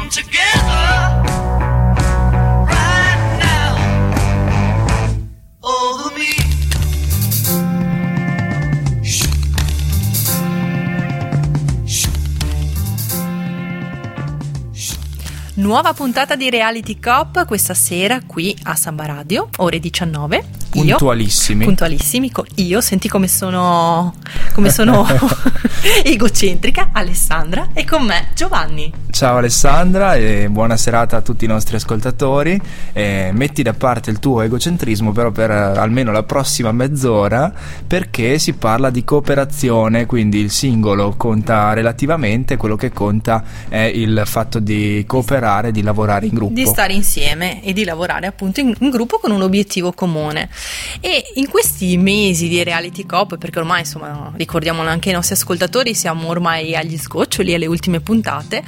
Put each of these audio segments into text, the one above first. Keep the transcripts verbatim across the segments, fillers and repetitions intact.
come together right now over me. Nuova puntata di Reality Cop questa sera qui a Samba Radio, ore diciannove. Puntualissimi. Io, puntualissimi. Io, senti come sono, come sono egocentrica, Alessandra, e con me Giovanni. Ciao Alessandra e buona serata a tutti i nostri ascoltatori. Eh, metti da parte il tuo egocentrismo però per eh, almeno la prossima mezz'ora, perché si parla di cooperazione, quindi il singolo conta relativamente, quello che conta è il fatto di cooperare, di lavorare in gruppo. Di stare insieme e di lavorare appunto in, in gruppo con un obiettivo comune. E in questi mesi di Reality Cop, perché ormai insomma ricordiamolo anche ai nostri ascoltatori, siamo ormai agli sgoccioli, alle ultime puntate,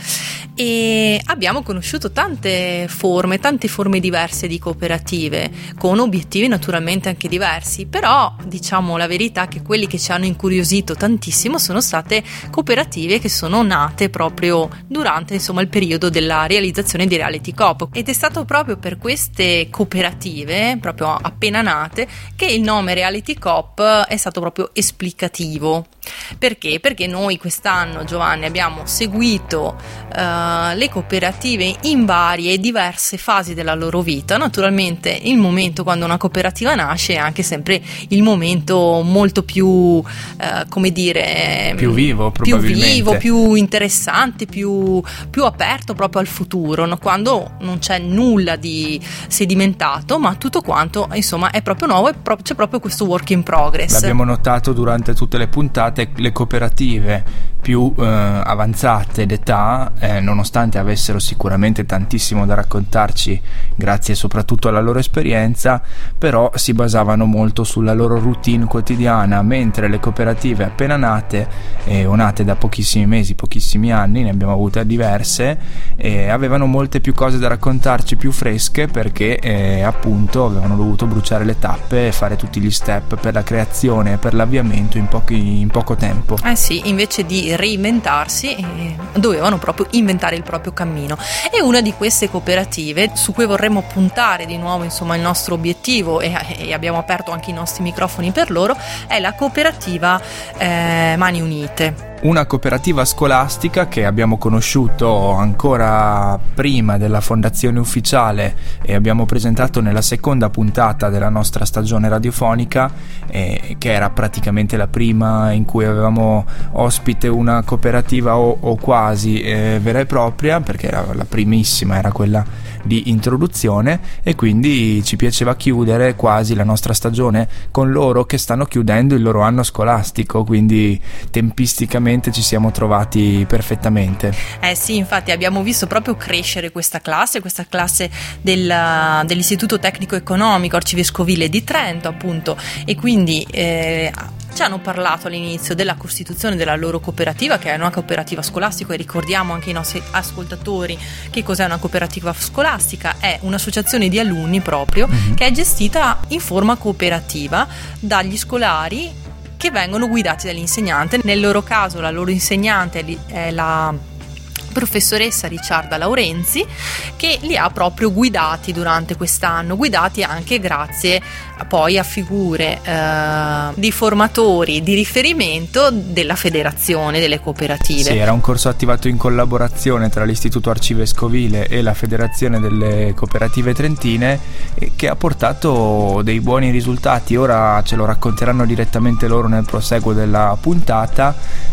e abbiamo conosciuto tante forme, tante forme diverse di cooperative, con obiettivi naturalmente anche diversi, però diciamo la verità che quelli che ci hanno incuriosito tantissimo sono state cooperative che sono nate proprio durante insomma il periodo della realizzazione di Reality Cop, ed è stato proprio per queste cooperative proprio appena nate che il nome Reality Cop è stato proprio esplicativo. Perché? Perché noi quest'anno, Giovanni, abbiamo seguito uh, le cooperative in varie e diverse fasi della loro vita. Naturalmente il momento quando una cooperativa nasce è anche sempre il momento molto più, uh, come dire, più vivo, più probabilmente. vivo, più interessante, più, più aperto proprio al futuro, no? Quando non c'è nulla di sedimentato, ma tutto quanto insomma è proprio nuovo e pro- c'è proprio questo work in progress. L'abbiamo notato durante tutte le puntate. Le cooperative più eh, avanzate d'età, eh, nonostante avessero sicuramente tantissimo da raccontarci grazie soprattutto alla loro esperienza, però si basavano molto sulla loro routine quotidiana, mentre le cooperative appena nate eh, o nate da pochissimi mesi, pochissimi anni, ne abbiamo avute diverse, eh, avevano molte più cose da raccontarci, più fresche, perché eh, appunto avevano dovuto bruciare le tappe e fare tutti gli step per la creazione e per l'avviamento in, pochi, in poco tempo. Eh sì, invece di reinventarsi eh, dovevano proprio inventare il proprio cammino, e una di queste cooperative su cui vorremmo puntare di nuovo insomma il nostro obiettivo, e, e abbiamo aperto anche i nostri microfoni per loro, è la cooperativa eh, Mani Unite. Una cooperativa scolastica che abbiamo conosciuto ancora prima della fondazione ufficiale e abbiamo presentato nella seconda puntata della nostra stagione radiofonica, eh, che era praticamente la prima in cui avevamo ospite una cooperativa o, o quasi eh, vera e propria, perché era la primissima, era quella di introduzione, e quindi ci piaceva chiudere quasi la nostra stagione con loro che stanno chiudendo il loro anno scolastico, quindi tempisticamente ci siamo trovati perfettamente. Eh sì, infatti abbiamo visto proprio crescere questa classe, questa classe del, dell'Istituto Tecnico Economico Arcivescovile di Trento, appunto, e quindi eh, ci hanno parlato all'inizio della costituzione della loro cooperativa, che è una cooperativa scolastica, e ricordiamo anche ai nostri ascoltatori che cos'è una cooperativa scolastica. È un'associazione di alunni proprio, mm-hmm. che è gestita in forma cooperativa dagli scolari che vengono guidati dall'insegnante. Nel loro caso la loro insegnante è la professoressa Ricciarda Laurenzi, che li ha proprio guidati durante quest'anno, guidati anche grazie poi a figure eh, di formatori di riferimento della federazione delle cooperative. Sì, era un corso attivato in collaborazione tra l'Istituto Arcivescovile e la Federazione delle Cooperative Trentine, che ha portato dei buoni risultati. Ora ce lo racconteranno direttamente loro nel proseguo della puntata,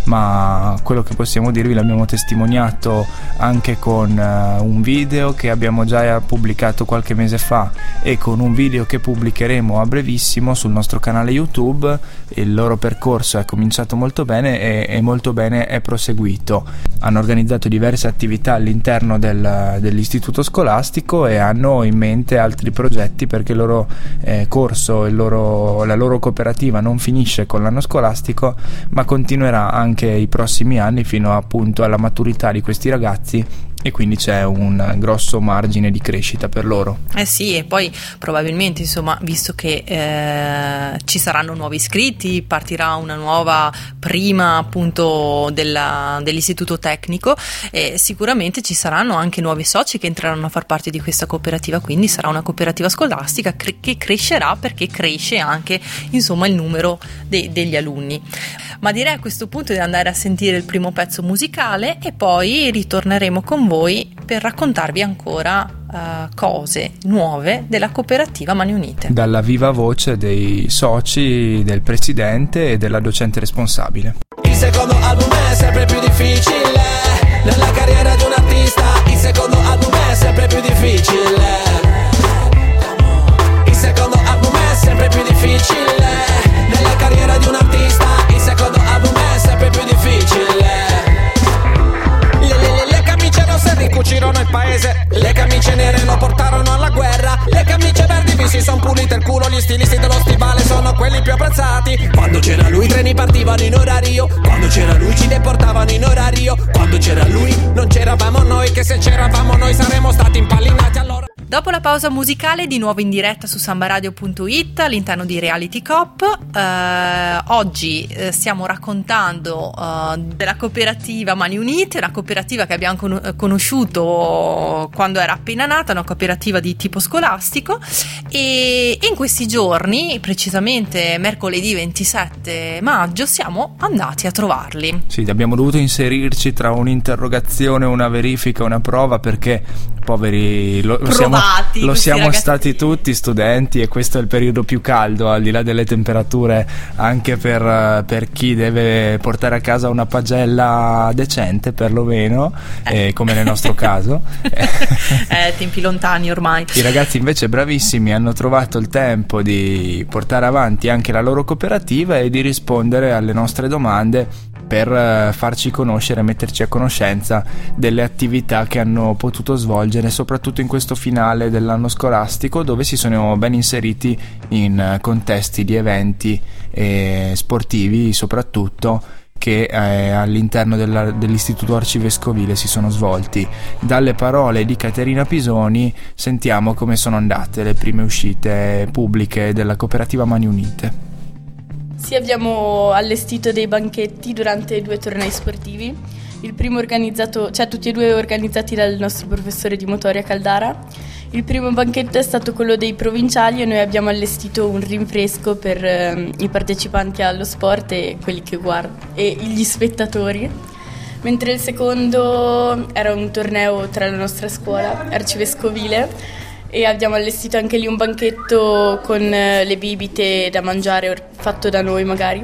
ma quello che possiamo dirvi l'abbiamo testimoniato anche con uh, un video che abbiamo già pubblicato qualche mese fa e con un video che pubblicheremo a brevissimo sul nostro canale YouTube. Il loro percorso è cominciato molto bene e, e molto bene è proseguito. Hanno organizzato diverse attività all'interno del, dell'istituto scolastico e hanno in mente altri progetti, perché il loro eh, corso, il loro, la loro cooperativa non finisce con l'anno scolastico, ma continuerà anche i prossimi anni fino appunto alla maturità di questi ragazzi e quindi c'è un grosso margine di crescita per loro. Eh sì, e poi probabilmente, insomma, visto che eh, ci saranno nuovi iscritti, partirà una nuova prima appunto della, dell'istituto tecnico, e sicuramente ci saranno anche nuovi soci che entreranno a far parte di questa cooperativa, quindi sarà una cooperativa scolastica cre- che crescerà perché cresce anche, insomma, il numero de- degli alunni. Ma direi a questo punto di andare a sentire il primo pezzo musicale e poi ritorneremo con voi per raccontarvi ancora uh, cose nuove della cooperativa Mani Unite. Dalla viva voce dei soci, del presidente e della docente responsabile. Il secondo album è sempre più difficile nella carriera di un artista. Il secondo album è sempre più difficile. Il secondo album è sempre più difficile nella carriera di un artista. Il secondo album è sempre più difficile. Le, le, le, le camicie rosse ricucirono il paese, le camicie nere lo portarono alla guerra, le camicie verdi vi si son pulite il culo, gli stilisti dello stivale sono quelli più apprezzati. Quando c'era lui i treni partivano in orario, quando c'era lui ci deportavano in orario, quando c'era lui non c'eravamo noi, che se c'eravamo noi saremmo stati impallinati allora. Dopo la pausa musicale, di nuovo in diretta su sambaradio punto it all'interno di Reality Coop. Eh, oggi eh, stiamo raccontando eh, della cooperativa Mani Unite, una cooperativa che abbiamo con- conosciuto quando era appena nata, una cooperativa di tipo scolastico, e in questi giorni, precisamente mercoledì ventisette maggio, siamo andati a trovarli. Sì, abbiamo dovuto inserirci tra un'interrogazione, una verifica, una prova, perché poveri lo, lo siamo, lo siamo stati tutti studenti, e questo è il periodo più caldo, al di là delle temperature, anche per, per chi deve portare a casa una pagella decente perlomeno, eh. Eh, come nel nostro caso. Eh, tempi lontani ormai. I ragazzi invece bravissimi hanno trovato il tempo di portare avanti anche la loro cooperativa e di rispondere alle nostre domande per farci conoscere, metterci a conoscenza delle attività che hanno potuto svolgere, soprattutto in questo finale dell'anno scolastico, dove si sono ben inseriti in contesti di eventi eh, sportivi soprattutto, che eh, all'interno della, dell'istituto arcivescovile si sono svolti. Dalle parole di Caterina Pisoni sentiamo come sono andate le prime uscite pubbliche della cooperativa Mani Unite. Sì, abbiamo allestito dei banchetti durante due tornei sportivi. Il primo organizzato, cioè tutti e due organizzati dal nostro professore di motori a Caldara. Il primo banchetto è stato quello dei provinciali e noi abbiamo allestito un rinfresco per eh, i partecipanti allo sport e quelli che guardano e gli spettatori. Mentre il secondo era un torneo tra la nostra scuola arcivescovile e abbiamo allestito anche lì un banchetto con le bibite da mangiare fatto da noi magari,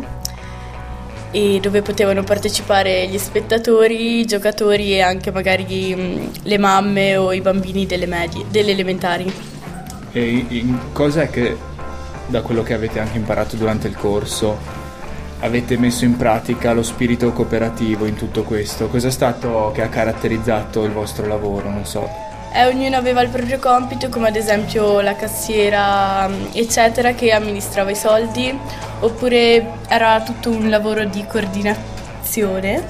e dove potevano partecipare gli spettatori, i giocatori e anche magari mh, le mamme o i bambini delle medie, delle elementari. E in, cos'è che, da quello che avete anche imparato durante il corso, avete messo in pratica lo spirito cooperativo in tutto questo? Cos'è stato che ha caratterizzato il vostro lavoro? Non so. Eh, ognuno aveva il proprio compito, come ad esempio la cassiera eccetera, che amministrava i soldi, oppure era tutto un lavoro di coordinazione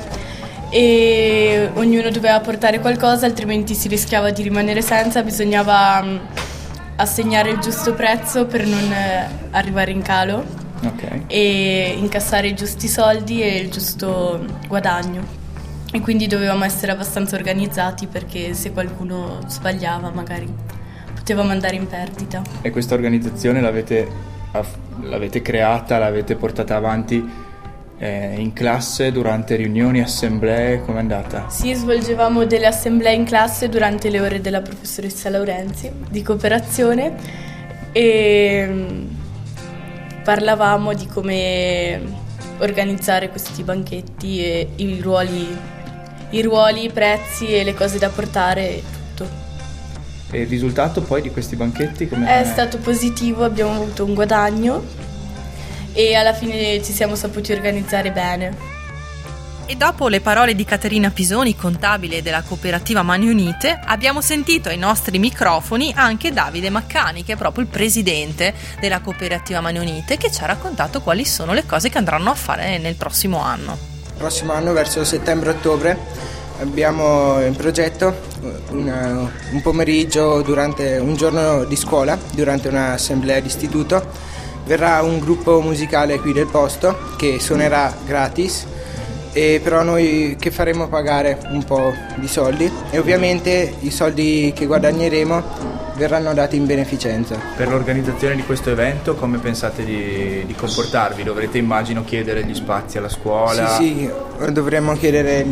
e ognuno doveva portare qualcosa, altrimenti si rischiava di rimanere senza, bisognava um, assegnare il giusto prezzo per non eh, arrivare in calo, okay, e incassare i giusti soldi e il giusto guadagno. E quindi dovevamo essere abbastanza organizzati, perché se qualcuno sbagliava magari potevamo andare in perdita. E questa organizzazione l'avete, l'avete creata, l'avete portata avanti eh, in classe, durante riunioni, assemblee, com'è andata? Sì, svolgevamo delle assemblee in classe durante le ore della professoressa Laurenzi di cooperazione e parlavamo di come organizzare questi banchetti e i ruoli i ruoli, i prezzi e le cose da portare e tutto. E il risultato poi di questi banchetti com'è? È stato positivo, abbiamo avuto un guadagno e alla fine ci siamo saputi organizzare bene. E dopo le parole di Caterina Pisoni, contabile della cooperativa Mani Unite, abbiamo sentito ai nostri microfoni anche Davide Maccani, che è proprio il presidente della cooperativa Mani Unite, che ci ha raccontato quali sono le cose che andranno a fare nel prossimo anno. Prossimo anno, verso settembre-ottobre, abbiamo in progetto una, un pomeriggio durante un giorno di scuola, durante un'assemblea d'istituto, verrà un gruppo musicale qui del posto che suonerà gratis, e però noi che faremo pagare un po' di soldi e ovviamente i soldi che guadagneremo verranno dati in beneficenza. Per l'organizzazione di questo evento come pensate di, di comportarvi? Dovrete, immagino, chiedere gli spazi alla scuola? Sì, sì, dovremmo chiedere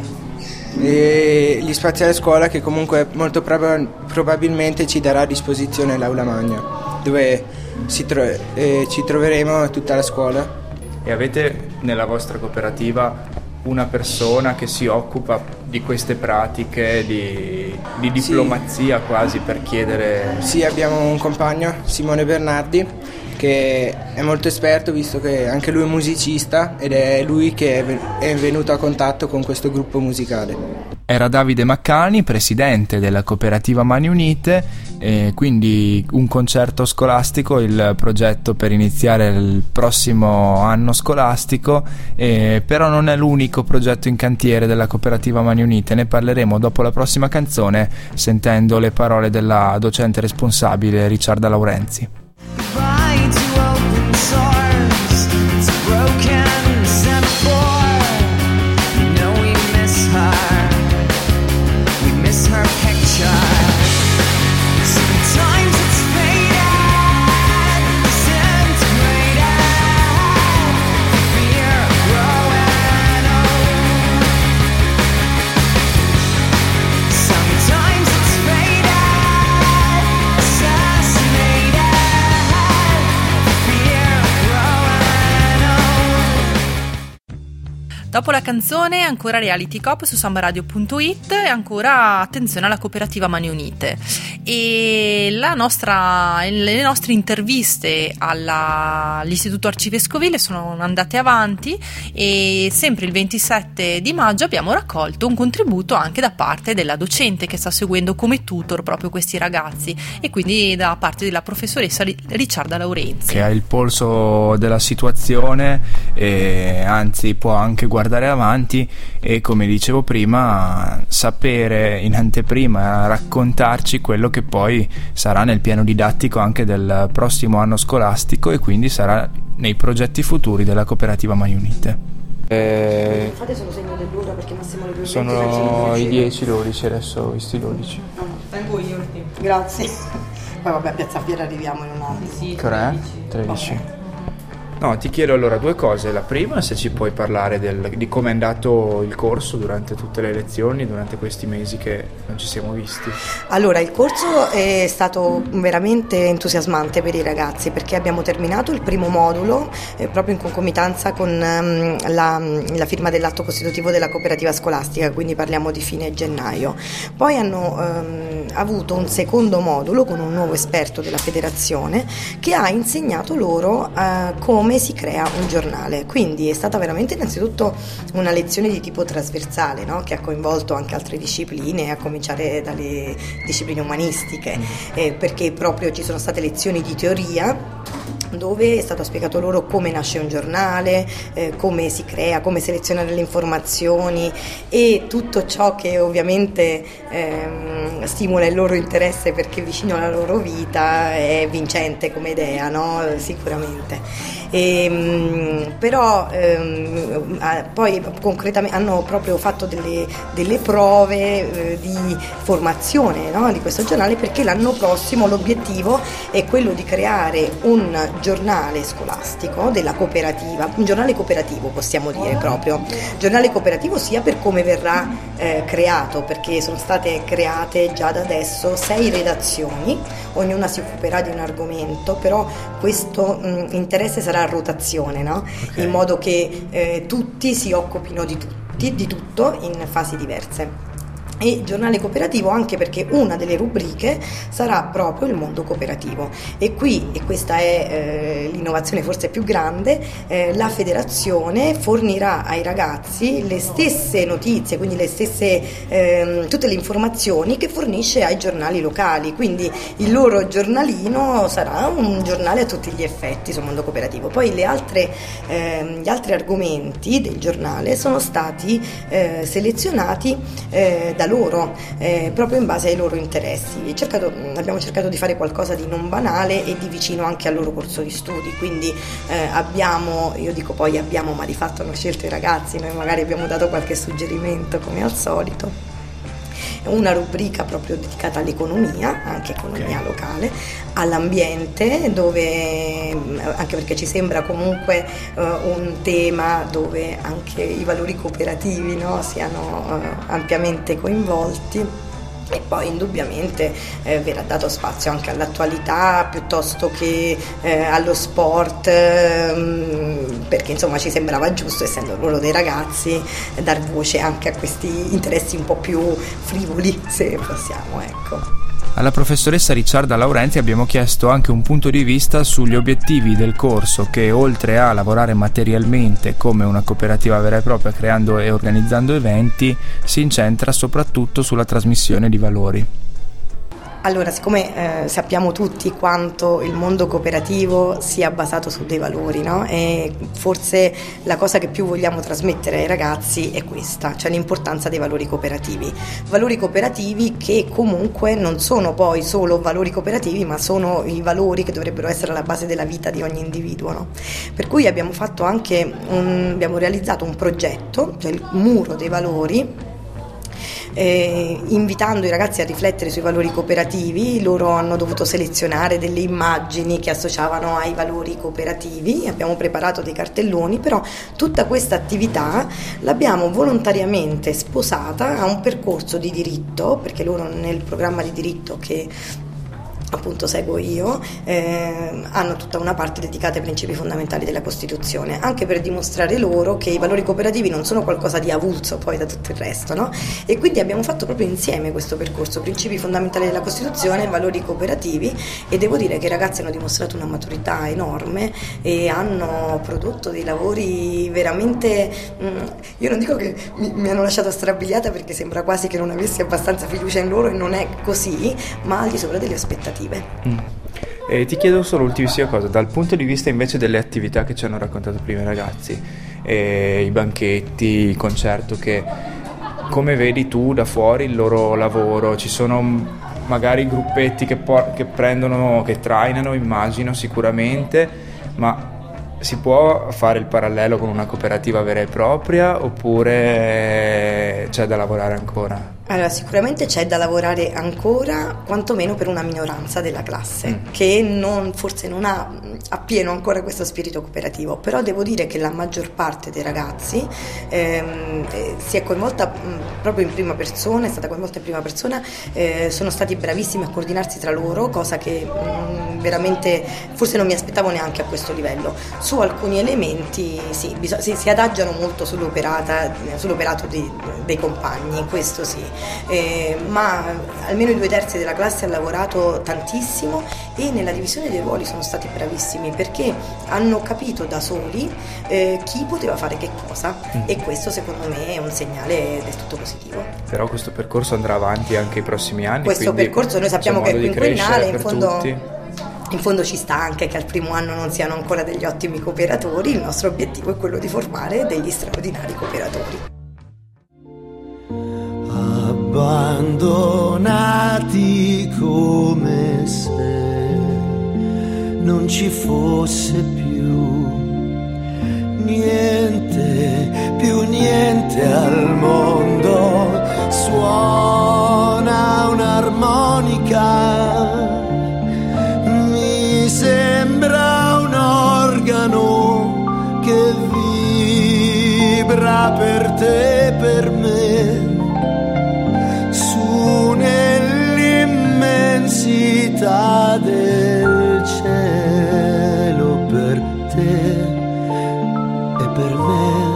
gli spazi alla scuola, che comunque molto prob- probabilmente ci darà a disposizione l'aula magna, dove si tro- eh, ci troveremo tutta la scuola. E avete nella vostra cooperativa una persona che si occupa di queste pratiche di, di diplomazia, sì, quasi, per chiedere? Sì, abbiamo un compagno, Simone Bernardi, che è molto esperto, visto che anche lui è musicista, ed è lui che è venuto a contatto con questo gruppo musicale. Era Davide Maccani, presidente della cooperativa Mani Unite, e quindi un concerto scolastico, il progetto per iniziare il prossimo anno scolastico, e però non è l'unico progetto in cantiere della cooperativa Mani Unite. Ne parleremo dopo la prossima canzone, sentendo le parole della docente responsabile Ricciarda Laurenzi. Dopo la canzone ancora Reality Coop su sambaradio punto it e ancora attenzione alla cooperativa Mani Unite. E la nostra, le nostre interviste alla, all'Istituto Arcivescovile sono andate avanti, e sempre il ventisette di maggio abbiamo raccolto un contributo anche da parte della docente che sta seguendo come tutor proprio questi ragazzi, e quindi da parte della professoressa Ricciarda Laurenzi, che ha il polso della situazione e anzi può anche guardare avanti e, come dicevo prima, sapere in anteprima raccontarci quello che poi sarà nel piano didattico anche del prossimo anno scolastico, e quindi sarà nei progetti futuri della cooperativa Mani Unite. Eh, Fate solo segno dell'ora, perché Massimo le due sono i dieci dodici, adesso ho visto i dodici. Tengo io il tempo. Grazie. Poi vabbè, a Piazza Fiera arriviamo in un attimo. Sì, che ora è? tredici. Okay. No, ti chiedo allora due cose. La prima, se ci puoi parlare del, di come è andato il corso durante tutte le lezioni, durante questi mesi che non ci siamo visti. Allora, il corso è stato veramente entusiasmante per i ragazzi, perché abbiamo terminato il primo modulo eh, proprio in concomitanza con um, la, la firma dell'atto costitutivo della cooperativa scolastica, quindi parliamo di fine gennaio. Poi hanno um, avuto un secondo modulo con un nuovo esperto della federazione che ha insegnato loro uh, come come si crea un giornale, quindi è stata veramente innanzitutto una lezione di tipo trasversale, no? Che ha coinvolto anche altre discipline, a cominciare dalle discipline umanistiche, eh, perché proprio ci sono state lezioni di teoria dove è stato spiegato loro come nasce un giornale, eh, come si crea, come selezionare le informazioni e tutto ciò che ovviamente ehm, stimola il loro interesse, perché vicino alla loro vita è vincente come idea, no? Sicuramente. E, mh, però ehm, poi concretamente hanno proprio fatto delle, delle prove eh, di formazione, no? Di questo giornale, perché l'anno prossimo l'obiettivo è quello di creare un giornale scolastico della cooperativa, un giornale cooperativo possiamo dire proprio, giornale cooperativo sia per come verrà eh, creato, perché sono state create già da adesso sei redazioni, ognuna si occuperà di un argomento, però questo mh, interesse sarà a rotazione, no? Okay. In modo che eh, tutti si occupino di tutti, di tutto in fasi diverse. E giornale cooperativo anche perché una delle rubriche sarà proprio il mondo cooperativo, e qui, e questa è eh, l'innovazione forse più grande, eh, la federazione fornirà ai ragazzi le stesse notizie, quindi le stesse eh, tutte le informazioni che fornisce ai giornali locali, quindi il loro giornalino sarà un giornale a tutti gli effetti sul mondo cooperativo. Poi le altre, eh, gli altri argomenti del giornale sono stati eh, selezionati eh, da da loro, eh, proprio in base ai loro interessi. Cercato, abbiamo cercato di fare qualcosa di non banale e di vicino anche al loro corso di studi, quindi eh, abbiamo, io dico poi abbiamo, ma di fatto hanno scelto i ragazzi, noi magari abbiamo dato qualche suggerimento come al solito. Una rubrica proprio dedicata all'economia, anche economia okay. locale, all'ambiente, dove anche perché ci sembra comunque uh, un tema dove anche i valori cooperativi, no, siano uh, ampiamente coinvolti. E poi indubbiamente eh, verrà dato spazio anche all'attualità piuttosto che eh, allo sport, ehm, perché insomma ci sembrava giusto, essendo loro dei ragazzi, dar voce anche a questi interessi un po' più frivoli, se possiamo, ecco. Alla professoressa Ricciarda Laurenti abbiamo chiesto anche un punto di vista sugli obiettivi del corso, che oltre a lavorare materialmente come una cooperativa vera e propria, creando e organizzando eventi, si incentra soprattutto sulla trasmissione di valori. Allora, siccome eh, sappiamo tutti quanto il mondo cooperativo sia basato su dei valori, no? E forse la cosa che più vogliamo trasmettere ai ragazzi è questa, cioè l'importanza dei valori cooperativi. Valori cooperativi che comunque non sono poi solo valori cooperativi, ma sono i valori che dovrebbero essere alla base della vita di ogni individuo, no? Per cui abbiamo fatto anche un, abbiamo realizzato un progetto, cioè il muro dei valori, Eh, invitando i ragazzi a riflettere sui valori cooperativi. Loro hanno dovuto selezionare delle immagini che associavano ai valori cooperativi, abbiamo preparato dei cartelloni, però tutta questa attività l'abbiamo volontariamente sposata a un percorso di diritto, perché loro nel programma di diritto che appunto seguo io, eh, hanno tutta una parte dedicata ai principi fondamentali della Costituzione, anche per dimostrare loro che i valori cooperativi non sono qualcosa di avulso poi da tutto il resto, no? E quindi abbiamo fatto proprio insieme questo percorso, principi fondamentali della Costituzione, valori cooperativi, e devo dire che i ragazzi hanno dimostrato una maturità enorme e hanno prodotto dei lavori veramente, mh, io non dico che mi, mi hanno lasciato strabiliata, perché sembra quasi che non avessi abbastanza fiducia in loro, e non è così, ma al di sopra delle aspettative. Mm. E ti chiedo solo ultimissima cosa, dal punto di vista invece delle attività che ci hanno raccontato prima i ragazzi, e i banchetti, il concerto, che come vedi tu da fuori il loro lavoro? Ci sono magari gruppetti che, por- che prendono, che trainano, immagino sicuramente, ma si può fare il parallelo con una cooperativa vera e propria, oppure c'è da lavorare ancora? Allora, sicuramente c'è da lavorare ancora, quantomeno per una minoranza della classe, mm. che non, forse non ha appieno ancora questo spirito cooperativo, però devo dire che la maggior parte dei ragazzi ehm, eh, si è coinvolta mh, proprio in prima persona, è stata coinvolta in prima persona, eh, sono stati bravissimi a coordinarsi tra loro, cosa che mh, veramente forse non mi aspettavo neanche a questo livello. Su alcuni elementi sì, bisog- si, si adagiano molto sull'operata, sull'operato di, dei compagni, questo sì. Eh, ma almeno i due terzi della classe ha lavorato tantissimo, e nella divisione dei ruoli sono stati bravissimi, perché hanno capito da soli eh, chi poteva fare che cosa, mm. e questo secondo me è un segnale del tutto positivo. Però questo percorso andrà avanti anche i prossimi anni. Questo percorso noi sappiamo che è quinquennale, in fondo, tutti. in fondo ci sta anche che al primo anno non siano ancora degli ottimi cooperatori, il nostro obiettivo è quello di formare degli straordinari cooperatori. Abbandonati come se non ci fosse più niente, più niente al mondo. Suona un'armonica, mi sembra un organo che vibra per te, per me, nell'immensità del cielo, per te e per me.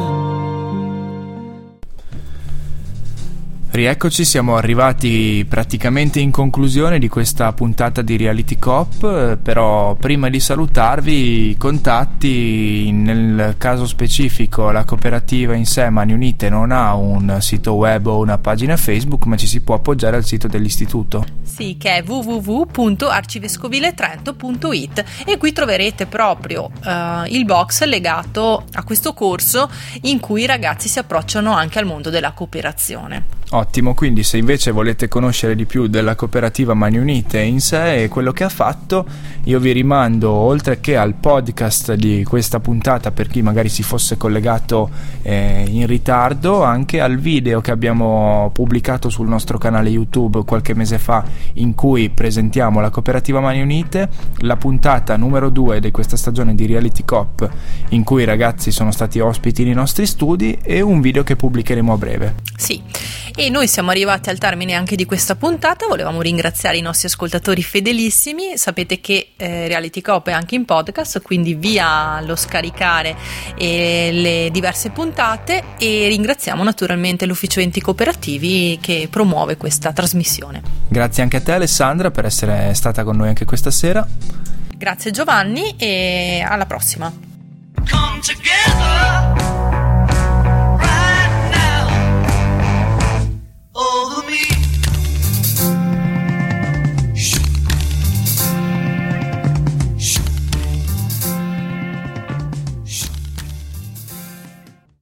Rieccoci, siamo arrivati praticamente in conclusione di questa puntata di Reality Coop, però prima di salutarvi, i contatti: nel caso specifico la cooperativa in sé, Mani Unite, non ha un sito web o una pagina Facebook, ma ci si può appoggiare al sito dell'istituto. Sì, che è w w w punto arcivescoviletrento punto i t, e qui troverete proprio uh, il box legato a questo corso in cui i ragazzi si approcciano anche al mondo della cooperazione. Ottimo, quindi se invece volete conoscere di più della cooperativa Mani Unite in sé e quello che ha fatto, io vi rimando, oltre che al podcast di questa puntata per chi magari si fosse collegato eh, in ritardo, anche al video che abbiamo pubblicato sul nostro canale YouTube qualche mese fa, in cui presentiamo la cooperativa Mani Unite, la puntata numero due di questa stagione di Reality Cop, in cui i ragazzi sono stati ospiti nei nostri studi, e un video che pubblicheremo a breve. Sì, e noi siamo arrivati al termine anche di questa puntata. Volevamo ringraziare i nostri ascoltatori fedelissimi. Sapete che eh, Reality Cop è anche in podcast, quindi via lo scaricare e le diverse puntate, e ringraziamo naturalmente l'Ufficio Enti Cooperativi che promuove questa trasmissione. Grazie anche a te, Alessandra, per essere stata con noi anche questa sera. Grazie Giovanni, e alla prossima. Come together.